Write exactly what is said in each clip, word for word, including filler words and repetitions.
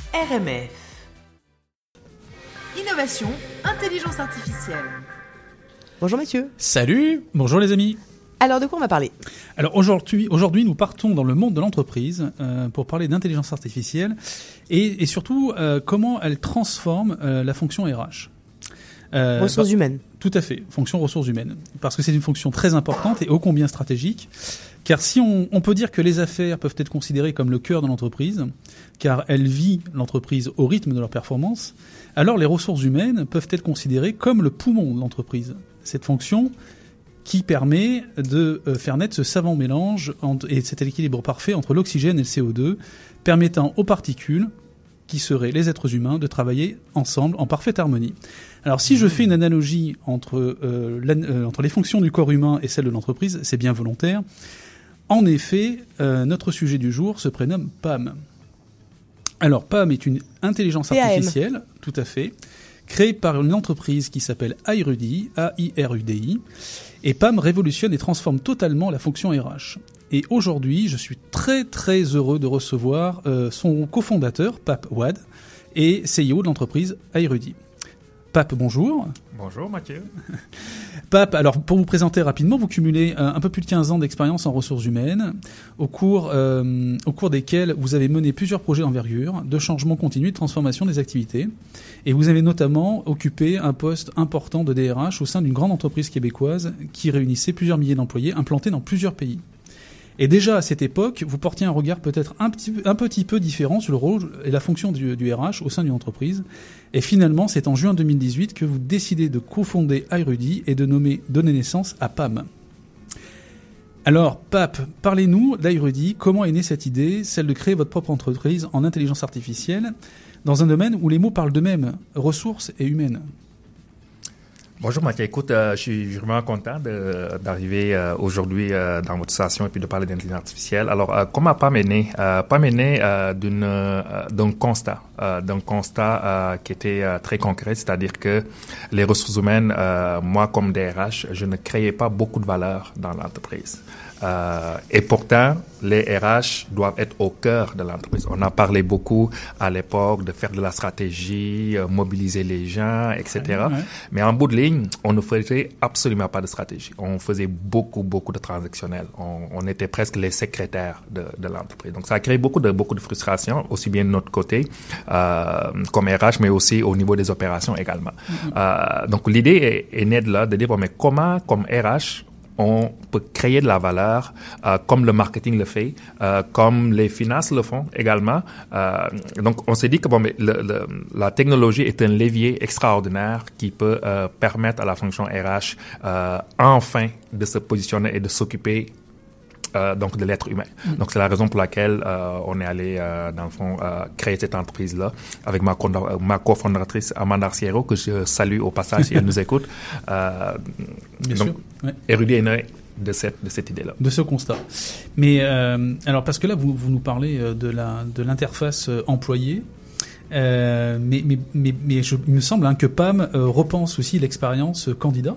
R M F. Innovation, intelligence artificielle. Bonjour Mathieu. Salut, bonjour les amis. Alors de quoi on va parler ? Alors aujourd'hui, aujourd'hui nous partons dans le monde de l'entreprise euh, pour parler d'intelligence artificielle et, et surtout euh, comment elle transforme euh, la fonction R H. Euh, ressources bah, humaines. Tout à fait, fonction ressources humaines. Parce que c'est une fonction très importante et ô combien stratégique. Car si on, on peut dire que les affaires peuvent être considérées comme le cœur de l'entreprise, car elles vivent l'entreprise au rythme de leur performance, alors les ressources humaines peuvent être considérées comme le poumon de l'entreprise. Cette fonction qui permet de faire naître ce savant mélange entre, et cet équilibre parfait entre l'oxygène et le C O deux, permettant aux particules, qui seraient les êtres humains, de travailler ensemble en parfaite harmonie. Alors si je fais une analogie entre, euh, euh, entre les fonctions du corps humain et celles de l'entreprise, c'est bien volontaire. En effet, euh, notre sujet du jour se prénomme P A M. Alors P A M est une intelligence artificielle, tout à fait, créée par une entreprise qui s'appelle iRudy, A I R U D I, et P A M révolutionne et transforme totalement la fonction R H. Et aujourd'hui, je suis très très heureux de recevoir euh, son cofondateur, Pap Wad, et C E O de l'entreprise iRudy. Pap, bonjour. Bonjour Mathieu. Pap, alors pour vous présenter rapidement, vous cumulez euh, un peu plus de quinze ans d'expérience en ressources humaines, au cours, euh, au cours desquels vous avez mené plusieurs projets d'envergure, de changement continu et de transformation des activités. Et vous avez notamment occupé un poste important de D R H au sein d'une grande entreprise québécoise qui réunissait plusieurs milliers d'employés implantés dans plusieurs pays. Et déjà à cette époque, vous portiez un regard peut-être un petit, un petit peu différent sur le rôle et la fonction du, du R H au sein d'une entreprise. Et finalement, c'est en juin deux mille dix-huit que vous décidez de cofonder iRudy et de nommer, donner naissance à P A M. Alors, Pap, parlez-nous d'iRudy. Comment est née cette idée, celle de créer votre propre entreprise en intelligence artificielle, dans un domaine où les mots parlent d'eux-mêmes, ressources et humaines? Bonjour Mathieu, écoute, euh, je suis vraiment content de, d'arriver euh, aujourd'hui euh, dans votre station et puis de parler d'intelligence artificielle. Alors, euh, comment P A M est né? Euh, P A M est né euh, d'une, euh, d'un constat, euh, d'un constat euh, qui était euh, très concret, c'est-à-dire que les ressources humaines, euh, moi comme D R H, je ne créais pas beaucoup de valeur dans l'entreprise. Euh, et pourtant, les R H doivent être au cœur de l'entreprise. On a parlé beaucoup à l'époque de faire de la stratégie, euh, mobiliser les gens, et cetera. Ouais, ouais. Mais en bout de ligne, on ne faisait absolument pas de stratégie. On faisait beaucoup, beaucoup de transactionnels. On, on était presque les secrétaires de, de l'entreprise. Donc, ça a créé beaucoup de, beaucoup de frustration, aussi bien de notre côté, euh, comme R H, mais aussi au niveau des opérations également. Mm-hmm. Euh, donc, l'idée est, est née de là, de dire, bon, mais comment, comme R H, on peut créer de la valeur, euh, comme le marketing le fait, euh, comme les finances le font également. Euh, donc, on s'est dit que bon, mais le, le, la technologie est un levier extraordinaire qui peut euh, permettre à la fonction R H euh, enfin de se positionner et de s'occuper Euh, donc de l'être humain. Mmh. Donc c'est la raison pour laquelle euh, on est allé euh, dans le fond euh, créer cette entreprise là avec ma, co- ma cofondatrice Amanda Arciero, que je salue au passage si elle nous écoute. Euh, Bien donc, sûr. Ouais. iRudy est né de cette de cette idée là. De ce constat. Mais euh, alors parce que là vous vous nous parlez de la de l'interface employée. Euh, mais mais mais mais je, il me semble hein, que P A M euh, repense aussi l'expérience candidat.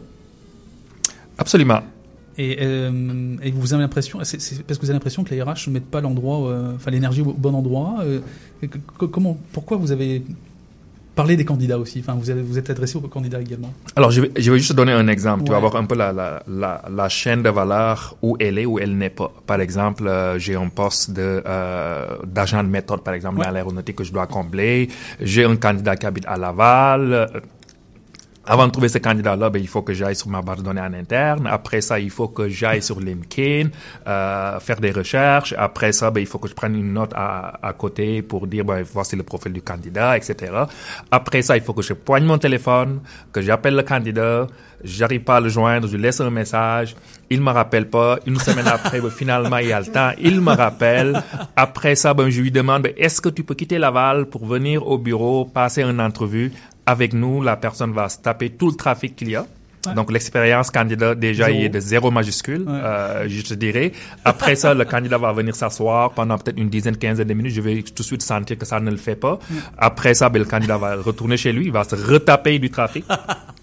Absolument. Et, euh, et vous avez l'impression, c'est, c'est parce que vous avez l'impression que les R H ne mettent pas l'endroit, euh, enfin l'énergie au bon endroit. Euh, que, comment, pourquoi vous avez parlé des candidats aussi? Enfin, vous avez, vous êtes adressé aux candidats également. Alors, je vais, je vais juste donner un exemple. Ouais. Tu vas voir un peu la, la, la, la chaîne de valeur où elle est, où elle n'est pas. Par exemple, euh, j'ai un poste de euh, d'agent de méthode, par exemple, ouais. dans l'aéronautique que je dois combler. J'ai un candidat qui habite à Laval. Euh, Avant de trouver ce candidat-là, ben, il faut que j'aille sur ma base de données en interne. Après ça, il faut que j'aille sur LinkedIn, euh, faire des recherches. Après ça, ben, il faut que je prenne une note à, à côté pour dire, ben, voici le profil du candidat, et cetera. Après ça, il faut que je poigne mon téléphone, que j'appelle le candidat. J'arrive pas à le joindre, je lui laisse un message. Il me rappelle pas. Une semaine après, ben, finalement, il y a le temps. Il me rappelle. Après ça, ben, je lui demande, ben, est-ce que tu peux quitter Laval pour venir au bureau, passer une entrevue? Avec nous, la personne va se taper tout le trafic qu'il y a. Ouais. Donc, l'expérience candidat, déjà, zéro. Il est de zéro majuscule, ouais. euh, je te dirais. Après ça, le candidat va venir s'asseoir pendant peut-être une dizaine, quinzaine de minutes. Je vais tout de suite sentir que ça ne le fait pas. Ouais. Après ça, ben, le candidat va retourner chez lui. Il va se retaper du trafic.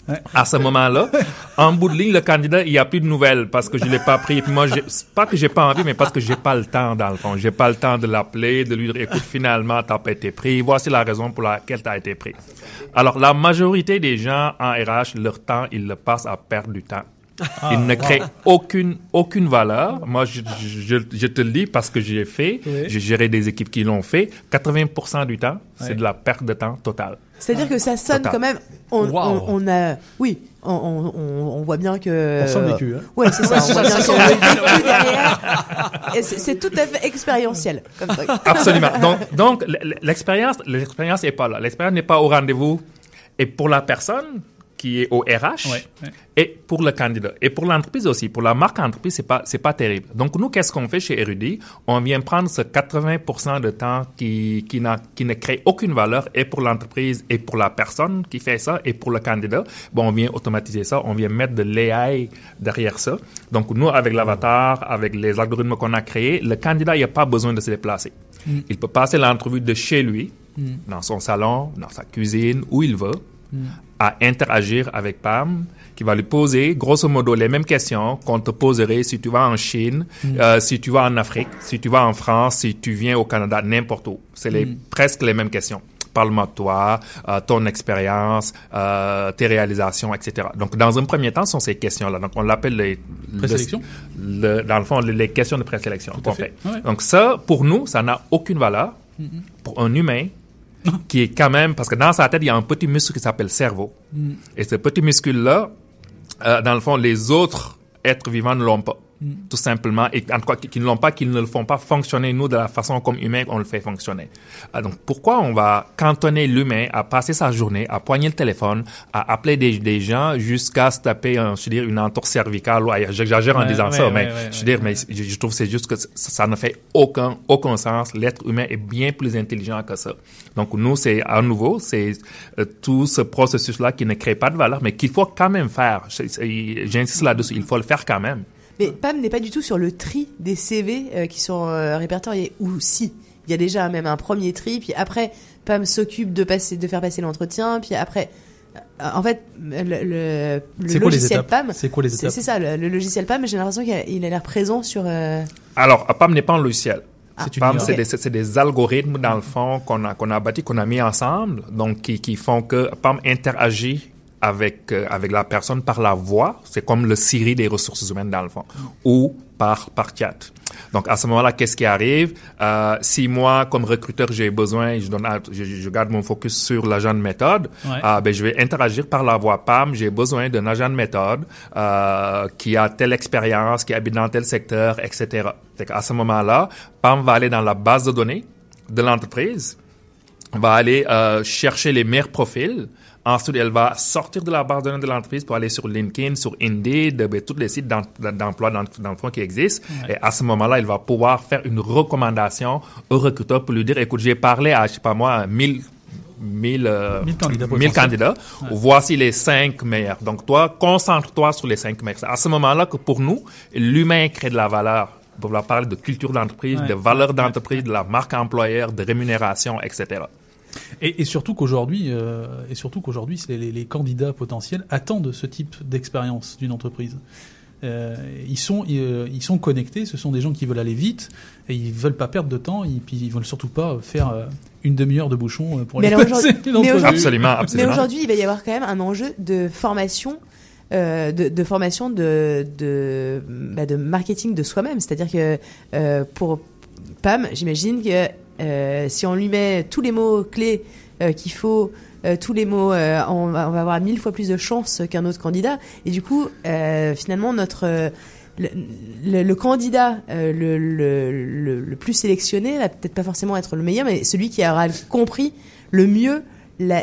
Ouais. À ce moment-là, en bout de ligne, le candidat, il n'y a plus de nouvelles parce que je l'ai pas pris. Et puis moi, j'ai, c'est pas que j'ai pas envie, mais parce que j'ai pas le temps, dans le fond. J'ai pas le temps de l'appeler, de lui dire, écoute, finalement, t'as pas été pris. Voici la raison pour laquelle t'as été pris. Alors, la majorité des gens en R H, leur temps, ils le passent à perdre du temps. Ah, ils ne wow. créent aucune, aucune valeur. Moi, je, je, je te le dis parce que j'ai fait. Oui. J'ai géré des équipes qui l'ont fait. quatre-vingts pour cent du temps, c'est Ouais. de la perte de temps totale. C'est-à-dire que ça sonne Total. quand même. On, Wow. on, on a, oui, on, on, on, on voit bien que. On sent le vécu, hein. Ouais, c'est ça. Ouais, on c'est voit ça, bien ça qu'on a sent le vécu derrière. Et c'est, c'est tout à fait expérientiel comme truc. Absolument. Donc, donc l- l'expérience, l'expérience n'est pas là. L'expérience n'est pas au rendez-vous. Et pour la personne qui est au R H, Ouais, ouais. et pour le candidat, et pour l'entreprise aussi, pour la marque entreprise, c'est pas c'est pas terrible. Donc nous, qu'est-ce qu'on fait chez Érudit? On vient prendre ce quatre-vingts pour cent de temps qui qui n'a qui ne crée aucune valeur, et pour l'entreprise et pour la personne qui fait ça, et pour le candidat, bon, on vient automatiser ça, on vient mettre de l'A I derrière ça. Donc nous, avec l'avatar, avec les algorithmes qu'on a créés, le candidat, il n'a pas besoin de se déplacer. Mm. Il peut passer l'entrevue de chez lui, Mm. dans son salon, dans sa cuisine, où il veut, Mm. à interagir avec Pam, qui va lui poser, grosso modo, les mêmes questions qu'on te poserait si tu vas en Chine, Mm. euh, si tu vas en Afrique, si tu vas en France, si tu viens au Canada, n'importe où. C'est les, Mm. presque les mêmes questions. Parle-moi de toi, euh, ton expérience, euh, tes réalisations, et cetera. Donc, dans un premier temps, ce sont ces questions-là. Donc, on l'appelle les... Présélection? Le, le- dans le fond, les, les questions de présélection Tout à qu'on fait. fait. Ouais. Donc, ça, pour nous, ça n'a aucune valeur. Mm-hmm. Pour un humain, qui est quand même... Parce que dans sa tête, il y a un petit muscle qui s'appelle cerveau. Mm. Et ce petit muscle-là, euh, dans le fond, les autres êtres vivants ne l'ont pas. Mm. Tout simplement. Et en tout cas, qu'ils ne l'ont pas, qu'ils ne le font pas fonctionner, nous, de la façon comme humain, on le fait fonctionner. Euh, donc, pourquoi on va cantonner l'humain à passer sa journée, à poigner le téléphone, à appeler des, des gens jusqu'à se taper, un, je veux dire, une entorse cervicale ou ailleurs. J'exagère en Ouais, disant ouais, ça, ouais, mais ouais, je veux ouais, dire, ouais. mais je, je trouve que c'est juste que ça, ça ne fait aucun, aucun sens. L'être humain est bien plus intelligent que ça. Donc, nous, c'est, à nouveau, c'est euh, tout ce processus-là qui ne crée pas de valeur, mais qu'il faut quand même faire. J'insiste là-dessus, il faut le faire quand même. Mais Pam n'est pas du tout sur le tri des C V euh, qui sont euh, répertoriés. Ou si, il y a déjà même un premier tri, puis après, Pam s'occupe de passer, de faire passer l'entretien, puis après, euh, en fait, le, le, le C'est quoi les logiciel étapes? Pam, C'est quoi les c'est, étapes? c'est ça, le, le logiciel Pam, j'ai l'impression qu'il a, il a l'air présent sur. Euh... Alors, Pam n'est pas un logiciel. Ah, C'est une Pam, I A. c'est Ok. des, c'est c'est des algorithmes, dans le fond, qu'on a, qu'on a bâtis, qu'on a mis ensemble, donc qui, qui font que Pam interagit avec, euh, avec la personne par la voix. C'est comme le Siri des ressources humaines, dans le fond, ou par, par chat. Donc, à ce moment-là, qu'est-ce qui arrive? Euh, si moi, comme recruteur, j'ai besoin, je, donne, je, je garde mon focus sur l'agent de méthode, Ouais. euh, ben, je vais interagir par la voix Pam. J'ai besoin d'un agent de méthode euh, qui a telle expérience, qui habite dans tel secteur, et cetera. C'est qu'à ce moment-là, Pam va aller dans la base de données de l'entreprise, va aller euh, chercher les meilleurs profils. Ensuite, elle va sortir de la base de données de l'entreprise pour aller sur LinkedIn, sur Indeed, ben, tous les sites d'em- d'emploi dans, dans le fond qui existent. Ouais. Et à ce moment-là, elle va pouvoir faire une recommandation au recruteur pour lui dire, écoute, j'ai parlé à, je sais pas moi, mille mille, euh, Mille candidats mille potentiels. candidats. Ouais. Voici les cinq meilleurs. Donc, toi, concentre-toi sur les cinq meilleurs. C'est à ce moment-là que pour nous, l'humain crée de la valeur. On va parler de culture d'entreprise, Ouais. de valeur Ouais. d'entreprise, de la marque employeur, de rémunération, et cetera. Et, et surtout qu'aujourd'hui, euh, et surtout qu'aujourd'hui, c'est les, les candidats potentiels attendent ce type d'expérience d'une entreprise. Euh, ils sont, ils, ils sont connectés. Ce sont des gens qui veulent aller vite et ils veulent pas perdre de temps. Et puis ils veulent surtout pas faire euh, une demi-heure de bouchon pour Mais aller alors passer aujourd'hui- une mais entrevue. aujourd'hui- Absolument, Mais absolument. aujourd'hui, il va y avoir quand même un enjeu de formation, euh, de, de formation de, de, bah, de marketing de soi-même. C'est-à-dire que euh, pour Pam, j'imagine que euh, si on lui met tous les mots clés euh, qu'il faut, euh, tous les mots, euh, on, va, on va avoir mille fois plus de chances qu'un autre candidat. Et du coup, euh, finalement, notre euh, le, le, le candidat euh, le, le, le, le plus sélectionné va peut-être pas forcément être le meilleur, mais celui qui aura compris le mieux la,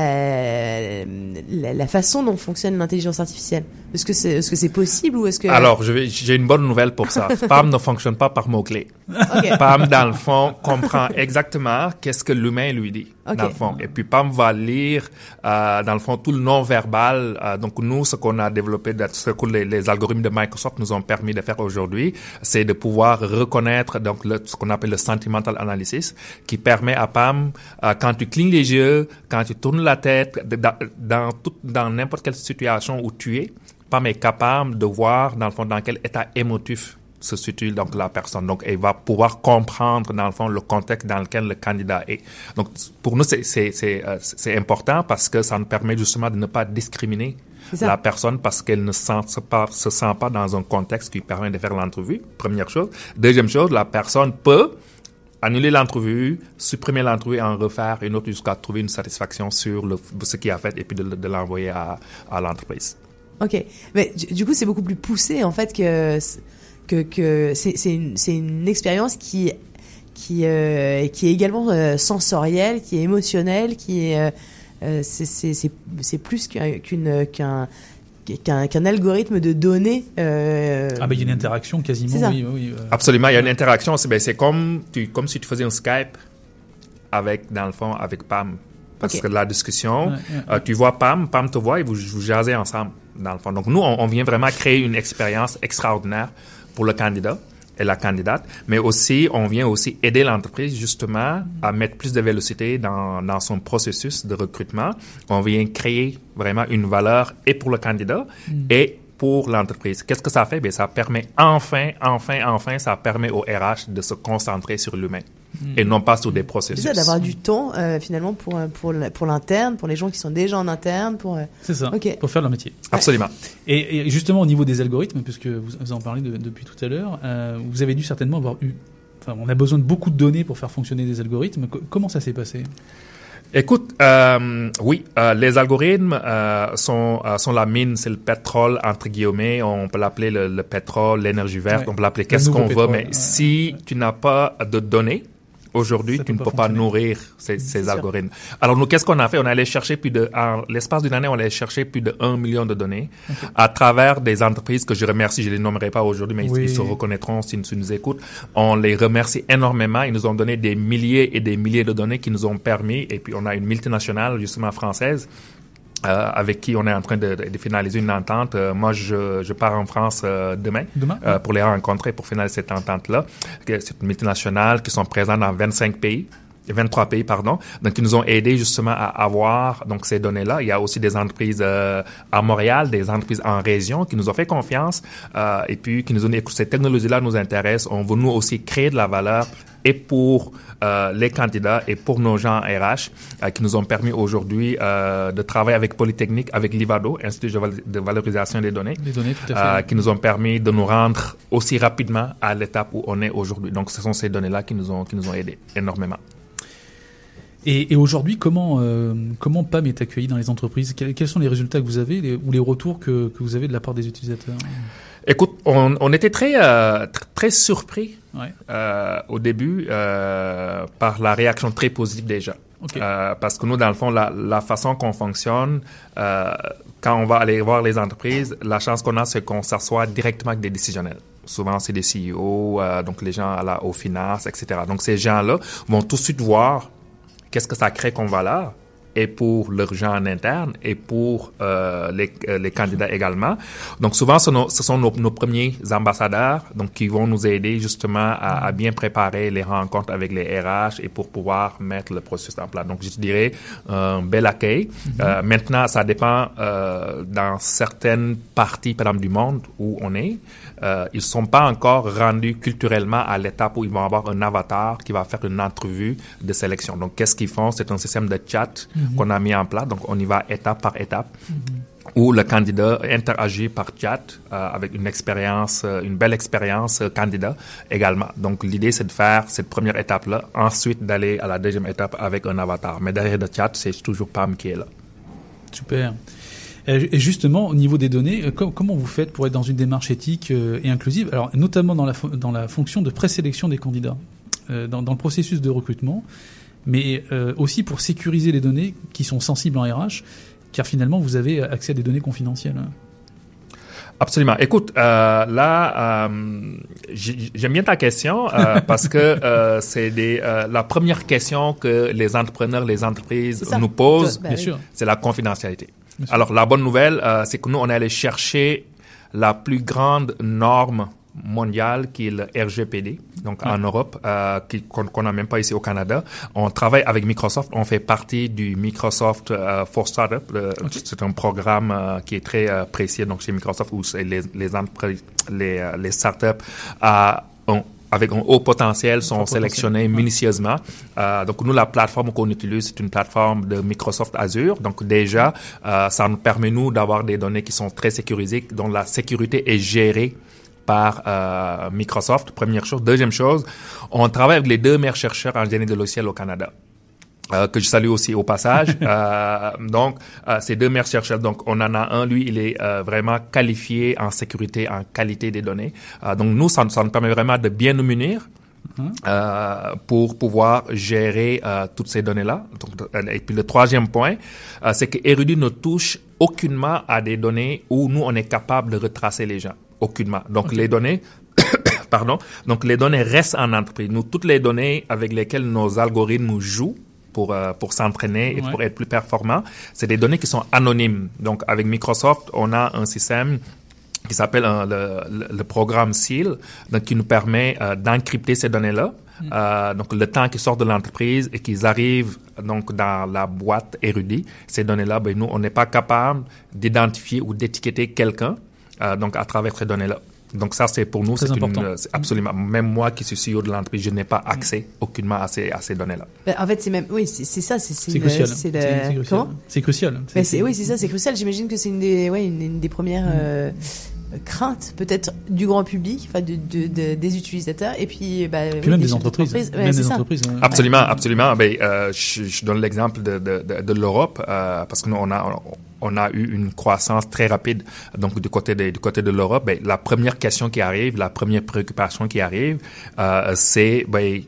la, la, la façon dont fonctionne l'intelligence artificielle. Est-ce que c'est, est-ce que c'est possible ou est-ce que... Alors, je vais, j'ai une bonne nouvelle pour ça. Pam ne fonctionne pas par mots-clés. Ok. Pam, dans le fond, comprend exactement qu'est-ce que l'humain lui dit. Okay. Dans le fond. Et puis, Pam va lire, euh, dans le fond, tout le non-verbal. Euh, donc, nous, ce qu'on a développé, ce que les, les algorithmes de Microsoft nous ont permis de faire aujourd'hui, c'est de pouvoir reconnaître donc le, ce qu'on appelle le sentimental analysis, qui permet à Pam, euh, quand tu clignes les yeux, quand tu tournes la tête, de, dans, dans, tout, dans n'importe quelle situation où tu es, Pam est capable de voir, dans le fond, dans quel état émotif se situe donc la personne. Donc, elle va pouvoir comprendre, dans le fond, le contexte dans lequel le candidat est. Donc, pour nous, c'est, c'est, c'est, euh, c'est important parce que ça nous permet justement de ne pas discriminer la personne parce qu'elle ne sent pas, se sent pas dans un contexte qui permet de faire l'entrevue. Première chose. Deuxième chose, la personne peut annuler l'entrevue, supprimer l'entrevue et en refaire une autre jusqu'à trouver une satisfaction sur le, ce qu'il a fait et puis de, de l'envoyer à, à l'entreprise. OK. Mais du, du coup, c'est beaucoup plus poussé, en fait, que... que, que c'est, c'est, une, c'est une expérience qui, qui, euh, qui est également euh, sensorielle, qui est émotionnelle, qui est, euh, c'est, c'est, c'est, c'est plus qu'un, qu'une, qu'un, qu'un, qu'un algorithme de données. Euh... Ah, ben, il y a une interaction quasiment, oui. oui euh... Absolument, il y a une interaction. C'est, ben, c'est comme, tu, comme si tu faisais un Skype avec, dans le fond, avec Pam. Parce okay. que la discussion, ouais, ouais. Euh, tu vois Pam, Pam te voit et vous, vous jasez ensemble, dans le fond. Donc, nous, on, on vient vraiment créer une expérience extraordinaire pour le candidat et la candidate, mais aussi, on vient aussi aider l'entreprise justement à mettre plus de vélocité dans, dans son processus de recrutement. On vient créer vraiment une valeur et pour le candidat mm. et pour l'entreprise. Qu'est-ce que ça fait? Bien, ça permet enfin, enfin, enfin, ça permet au R H de se concentrer sur l'humain mmh. et non pas sur des processus. C'est ça, d'avoir du temps euh, finalement pour, pour, pour l'interne, pour les gens qui sont déjà en interne. Pour, euh... C'est ça, okay. pour faire leur métier. Absolument. Ouais. Et, et justement, au niveau des algorithmes, puisque vous, vous en parlez de, depuis tout à l'heure, euh, vous avez dû certainement avoir eu... Enfin, on a besoin de beaucoup de données pour faire fonctionner des algorithmes. Co- comment ça s'est passé ? Écoute, euh, oui, euh, les algorithmes euh, sont euh, sont la mine, c'est le pétrole entre guillemets. On peut l'appeler le, le pétrole, l'énergie verte, ouais. on peut l'appeler qu'est-ce qu'on pétrole, veut. Mais ouais. si ouais. tu n'as pas de données aujourd'hui, ça tu ne peux pas nourrir ces, ces algorithmes. Sûr. Alors nous, qu'est-ce qu'on a fait? On allait chercher plus de, en l'espace d'une année, on allait chercher plus de un million de données okay. à travers des entreprises que je remercie. Je les nommerai pas aujourd'hui, mais oui. ils, ils se reconnaîtront s'ils si nous écoutent. On les remercie énormément. Ils nous ont donné des milliers et des milliers de données qui nous ont permis. Et puis on a une multinationale justement française. Euh, avec qui on est en train de, de, de finaliser une entente. Euh, moi, je, je pars en France euh, demain, demain euh, pour les rencontrer, pour finaliser cette entente-là. C'est une multinationale qui sont présentes dans vingt-cinq pays. vingt-trois pays, pardon. Donc, ils nous ont aidés justement à avoir donc ces données-là. Il y a aussi des entreprises euh, à Montréal, des entreprises en région qui nous ont fait confiance euh, et puis qui nous ont dit, écoute, cette technologie-là nous intéresse. On veut nous aussi créer de la valeur et pour euh, les candidats et pour nos gens R H euh, qui nous ont permis aujourd'hui euh, de travailler avec Polytechnique, avec l'Ivado, Institut de valorisation des données, des données tout à fait. Euh, qui nous ont permis de nous rendre aussi rapidement à l'étape où on est aujourd'hui. Donc, ce sont ces données-là qui nous ont, qui nous ont aidés énormément. Et, et aujourd'hui, comment euh, comment Pam est accueilli dans les entreprises ? Quels, quels sont les résultats que vous avez les, ou les retours que, que vous avez de la part des utilisateurs ? Écoute, on, on était très euh, tr- très surpris ouais. euh, au début euh, par la réaction très positive des gens. Okay. Euh, parce que nous, dans le fond, la, la façon qu'on fonctionne, euh, quand on va aller voir les entreprises, la chance qu'on a, c'est qu'on s'assoit directement avec des décisionnels. Souvent, c'est des C E O, euh, donc les gens à la, aux finances, et cetera. Donc, ces gens-là vont tout de suite voir qu'est-ce que ça crée comme valeur, et pour leurs gens en interne, et pour euh, les, euh, les candidats également. Donc, souvent, ce, nos, ce sont nos, nos premiers ambassadeurs donc qui vont nous aider justement à, à bien préparer les rencontres avec les R H et pour pouvoir mettre le processus en place. Donc, je te dirais un bel accueil. Mm-hmm. Euh, maintenant, ça dépend euh, dans certaines parties, par exemple, du monde où on est. Euh, ils ne sont pas encore rendus culturellement à l'étape où ils vont avoir un avatar qui va faire une entrevue de sélection. Donc, qu'est-ce qu'ils font? C'est un système de chat mm-hmm. qu'on a mis en place. Donc, on y va étape par étape. Mm-hmm. Où le candidat interagit par chat euh, avec une expérience, euh, une belle expérience euh, candidat également. Donc, l'idée, c'est de faire cette première étape-là, ensuite d'aller à la deuxième étape avec un avatar. Mais derrière le chat, c'est toujours Pam qui est là. Super. Et justement, au niveau des données, comment vous faites pour être dans une démarche éthique et inclusive, alors notamment dans la, dans la fonction de présélection des candidats, dans, dans le processus de recrutement, mais aussi pour sécuriser les données qui sont sensibles en R H, car finalement, vous avez accès à des données confidentielles. Absolument. Écoute, euh, là, euh, j'aime bien ta question euh, parce que euh, c'est des, euh, la première question que les entrepreneurs, les entreprises nous posent, bah, bien oui. sûr. c'est la confidentialité. Alors, la bonne nouvelle, euh, c'est que nous, on est allé chercher la plus grande norme mondiale qui est le R G P D, donc Ouais. en Europe, euh, qui, qu'on qu'on n'a même pas ici au Canada. On travaille avec Microsoft, on fait partie du Microsoft euh, for Startup. Le, Okay. C'est un programme euh, qui est très euh, précieux donc chez Microsoft où c'est les, les entreprises, les, euh, les startups à un avec un haut potentiel sont Haut sélectionnés potentiel. minutieusement. Euh, donc, nous, la plateforme qu'on utilise, c'est une plateforme de Microsoft Azure. Donc, déjà, euh, ça nous permet, nous, d'avoir des données qui sont très sécurisées, dont la sécurité est gérée par euh, Microsoft, première chose. Deuxième chose, on travaille avec les deux meilleurs chercheurs en génie de logiciel au Canada. Euh, que je salue aussi au passage. euh, donc, euh, ces deux meilleurs chercheurs, donc on en a un, lui, il est euh, vraiment qualifié en sécurité, en qualité des données. Euh, donc, nous, ça, ça nous permet vraiment de bien nous munir Mm-hmm. euh, pour pouvoir gérer euh, toutes ces données-là. Donc, et puis, le troisième point, euh, c'est que Érudit ne touche aucunement à des données où nous, on est capable de retracer les gens. Aucunement. Donc, Okay. les données... Pardon. Donc, les données restent en entreprise. Nous, toutes les données avec lesquelles nos algorithmes jouent, pour euh, pour s'entraîner et Ouais. pour être plus performant, c'est des données qui sont anonymes. Donc avec Microsoft, on a un système qui s'appelle euh, le, le, le programme SEAL, donc qui nous permet euh, d'encrypter ces données-là. Mm. Euh, donc le temps qu'ils sortent de l'entreprise et qu'ils arrivent donc dans la boîte Érudit, ces données-là, ben nous on n'est pas capable d'identifier ou d'étiqueter quelqu'un euh, donc à travers ces données-là. Donc ça, c'est pour nous, Très c'est, important. une, c'est absolument. Même moi qui suis C E O de l'entreprise, je n'ai pas accès aucunement à ces, à ces données-là. Bah, en fait, c'est même, oui, c'est, c'est ça, c'est, c'est, C'est une- crucial. c'est C'est- la- c'est crucial. Comment C'est crucial. Bah, c'est, oui, c'est ça, c'est crucial. J'imagine que c'est une des, ouais, une, une des premières euh, craintes, peut-être du grand public, enfin, de, de, de- des utilisateurs, et puis, bah, Puis oui, même des des chefs entreprises. d'entreprise. Ouais, Même c'est des ça. entreprises. ouais. Absolument, absolument. Ben, euh, je, je donne l'exemple de, de, de, de l'Europe euh, parce que nous, on a, on a eu une croissance très rapide. Donc, du côté de, du côté de l'Europe, ben, la première question qui arrive, la première préoccupation qui arrive, euh, c'est ben,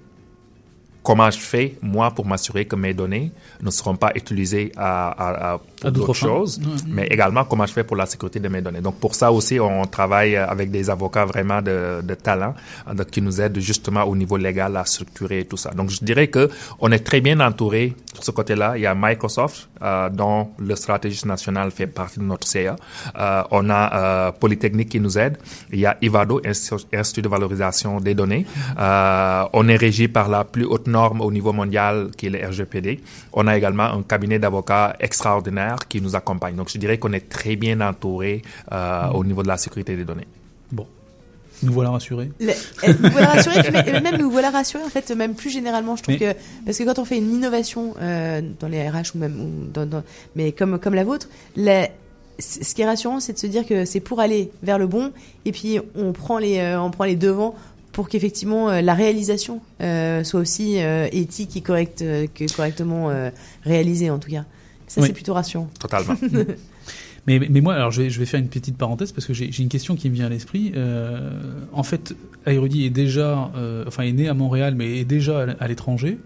comment je fais, moi, pour m'assurer que mes données ne seront pas utilisées à, à, à, pour À d'autres d'autres fins. choses, Ouais. mais également comment je fais pour la sécurité de mes données. Donc, pour ça aussi, on travaille avec des avocats vraiment de, de talent donc, qui nous aident justement au niveau légal à structurer tout ça. Donc, je dirais que on est très bien entouré sur ce côté-là. Il y a Microsoft, euh, dont le stratégiste national fait partie de notre C A. Euh, on a euh, Polytechnique qui nous aide. Il y a Ivado, Institut, Institut de valorisation des données. Euh, on est régi par la plus haute norme au niveau mondial qui est le R G P D. On a également un cabinet d'avocats extraordinaire qui nous accompagne. Donc, je dirais qu'on est très bien entouré euh, mmh. au niveau de la sécurité des données. Bon. Nous voilà rassurés. Le, euh, nous voilà rassurés, mais même nous voilà rassurés, en fait, même plus généralement, je trouve mais, que, parce que quand on fait une innovation euh, dans les R H ou même, ou dans, dans, mais comme, comme la vôtre, la, ce qui est rassurant, c'est de se dire que c'est pour aller vers le bon, et puis on prend les, euh, on prend les devants pour qu'effectivement euh, la réalisation euh, soit aussi euh, éthique et correcte, euh, que correctement euh, réalisée en tout cas. Ça, oui. c'est plutôt rassurant. Totalement. mais, mais moi, alors je vais, je vais faire une petite parenthèse parce que j'ai, j'ai une question qui me vient à l'esprit. Euh, en fait, Érudit est déjà, euh, enfin, est né à Montréal, mais est déjà à, à l'étranger.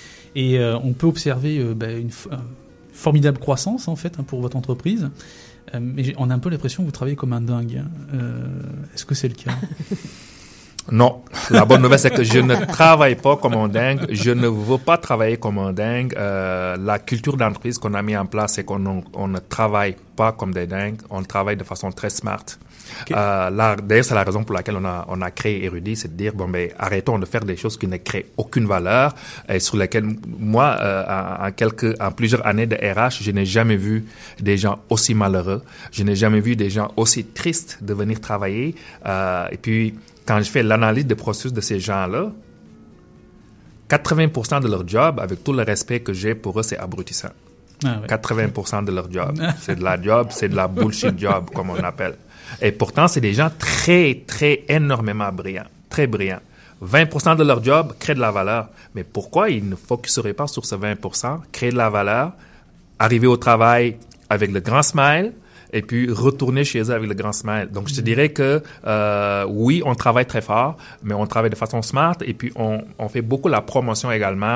Et euh, on peut observer euh, bah, une f- formidable croissance, en fait, hein, pour votre entreprise. Euh, mais j'ai, on a un peu l'impression que vous travaillez comme un dingue. Euh, est-ce que c'est le cas? Non. La bonne nouvelle, c'est que je ne travaille pas comme un dingue. Je ne veux pas travailler comme un dingue. Euh, la culture d'entreprise qu'on a mis en place, c'est qu'on on ne travaille pas comme des dingues. On travaille de façon très smart. Okay. Euh, là, d'ailleurs, c'est la raison pour laquelle on a, on a créé Érudit, c'est de dire, bon, ben, arrêtons de faire des choses qui ne créent aucune valeur et sur lesquelles, moi, euh, en, en quelques, en plusieurs années de R H, je n'ai jamais vu des gens aussi malheureux. Je n'ai jamais vu des gens aussi tristes de venir travailler. Euh, et puis, quand je fais l'analyse des processus de ces gens-là, quatre-vingts pour cent de leur job, avec tout le respect que j'ai pour eux, c'est abrutissant. Ah ouais. quatre-vingts pour cent de leur job. C'est de la job, c'est de la bullshit job, comme on appelle. Et pourtant, c'est des gens très, très, énormément brillants, très brillants. vingt pour cent de leur job crée de la valeur. Mais pourquoi ils ne focuseraient pas sur ce vingt pour cent, créer de la valeur, arriver au travail avec le grand smile, et puis retourner chez eux avec le grand smile. Donc, je te dirais que euh, oui, on travaille très fort, mais on travaille de façon smart et puis on, on fait beaucoup la promotion également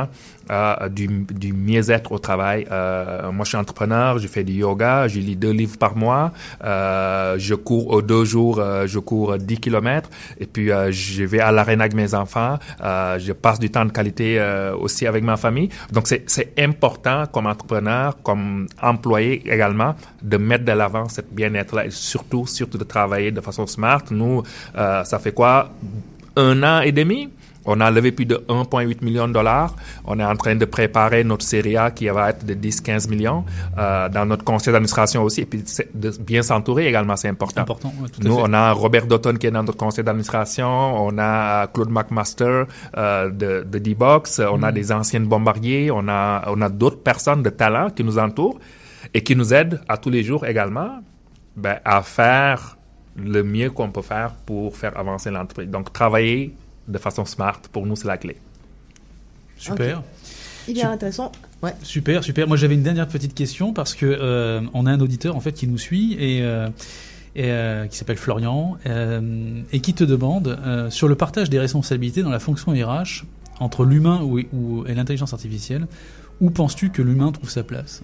euh, du, du mieux-être au travail. Euh, moi, je suis entrepreneur, je fais du yoga, je lis deux livres par mois, euh, je cours aux deux jours, euh, je cours dix kilomètres, et puis euh, je vais à l'arène avec mes enfants, euh, je passe du temps de qualité euh, aussi avec ma famille. Donc, c'est, c'est important comme entrepreneur, comme employé également, de mettre de l'avant cette bien-être-là et surtout, surtout de travailler de façon smart. Nous, euh, ça fait quoi? Un an et demi? On a levé plus de un virgule huit million de dollars. On est en train de préparer notre série A qui va être de dix à quinze millions euh, dans notre conseil d'administration aussi. Et puis, de bien s'entourer également, c'est important. important ouais, tout à Nous, fait. on a Robert Dotton qui est dans notre conseil d'administration. On a Claude McMaster euh, de, de D-Box. On mm. a des anciens bombardiers. On a, on a d'autres personnes de talent qui nous entourent et qui nous aident à tous les jours également ben, à faire le mieux qu'on peut faire pour faire avancer l'entreprise. Donc, travailler de façon smart, pour nous, c'est la clé. Super. Okay. Il est intéressant. Ouais. Super, super. Moi, j'avais une dernière petite question parce que euh, on a un auditeur en fait qui nous suit et, euh, et euh, qui s'appelle Florian euh, et qui te demande euh, sur le partage des responsabilités dans la fonction R H entre l'humain ou, ou, et l'intelligence artificielle. Où penses-tu que l'humain trouve sa place?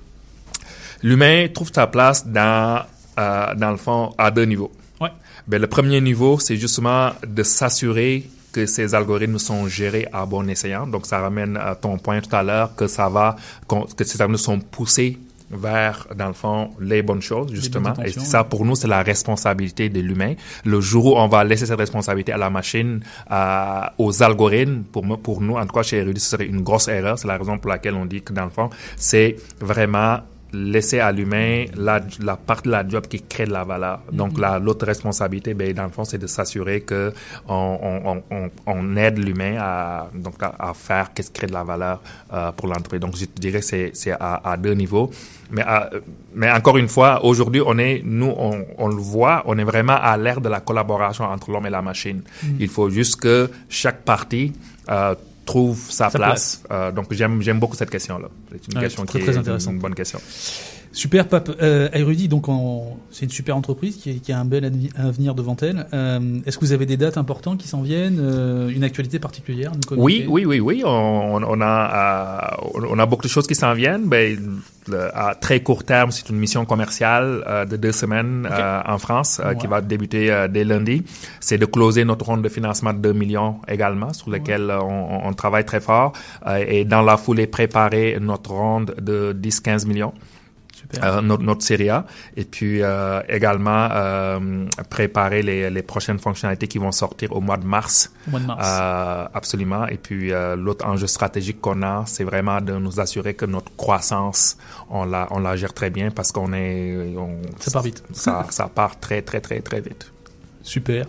L'humain trouve sa place dans euh, dans le fond à deux niveaux. Ouais. Ben, le premier niveau, c'est justement de s'assurer que ces algorithmes sont gérés à bon escient. Donc, ça ramène à ton point tout à l'heure que ça va, que ces algorithmes sont poussés vers, dans le fond, les bonnes choses, justement. Et ça, pour nous, c'est la responsabilité de l'humain. Le jour où on va laisser cette responsabilité à la machine, à, aux algorithmes, pour, pour nous, en tout cas chez Érudit, ce serait une grosse erreur. C'est la raison pour laquelle on dit que, dans le fond, c'est vraiment laisser à l'humain la, la partie de la job qui crée de la valeur. Donc, mm-hmm. la, l'autre responsabilité, ben, dans le fond, c'est de s'assurer que on, on, on, on aide l'humain à, donc, à, à faire qu'est-ce qui crée de la valeur euh, pour l'entreprise. Donc, je dirais que c'est, c'est à, à deux niveaux. Mais, à, mais encore une fois, aujourd'hui, on est, nous, on, on le voit, on est vraiment à l'ère de la collaboration entre l'homme et la machine. Mm-hmm. Il faut juste que chaque partie euh, trouve sa, sa place. place. Euh, donc, j'aime, j'aime beaucoup cette question-là. C'est une ouais, question très, qui très est intéressante. Une bonne question. Super, Pape. Euh, Érudit, donc, on, c'est une super entreprise qui, qui a un bel avenir devant elle. Euh, est-ce que vous avez des dates importantes qui s'en viennent, euh, une actualité particulière? Oui, oui, oui, oui. On, on a, euh, on a beaucoup de choses qui s'en viennent. Ben, le, à très court terme, c'est une mission commerciale euh, de deux semaines okay. euh, en France euh, ouais. qui va débuter euh, dès lundi. C'est de closer notre ronde de financement de deux millions également, sur lequel ouais. on, on travaille très fort. Euh, et dans la foulée, préparer notre ronde de dix à quinze millions. Euh, notre, notre série A, et puis euh, également euh, préparer les, les prochaines fonctionnalités qui vont sortir au mois de mars. Au mois de mars. Euh, absolument. Et puis euh, l'autre enjeu stratégique qu'on a, c'est vraiment de nous assurer que notre croissance, on la, on la gère très bien parce qu'on est... On, ça part vite. Ça, ça part très, très, très, très vite. Super.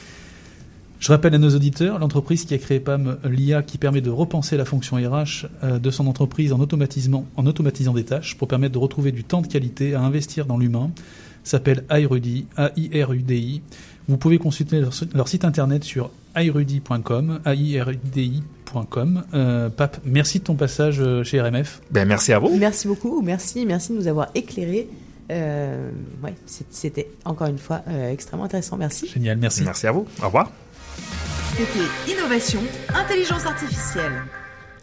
Je rappelle à nos auditeurs, l'entreprise qui a créé P A M, l'I A qui permet de repenser la fonction R H euh, de son entreprise en automatisant, en automatisant des tâches pour permettre de retrouver du temps de qualité à investir dans l'humain, s'appelle iRudi, A I R U D I. Vous pouvez consulter leur, leur site internet sur irudi point com, A I R U D I point com. Euh, Pape, merci de ton passage chez R M F. Ben, merci à vous. Merci beaucoup, merci, merci de nous avoir éclairés. Euh, ouais, c'était encore une fois euh, extrêmement intéressant. Merci. Génial, merci. Merci à vous. Au revoir. C'était Innovation, Intelligence Artificielle.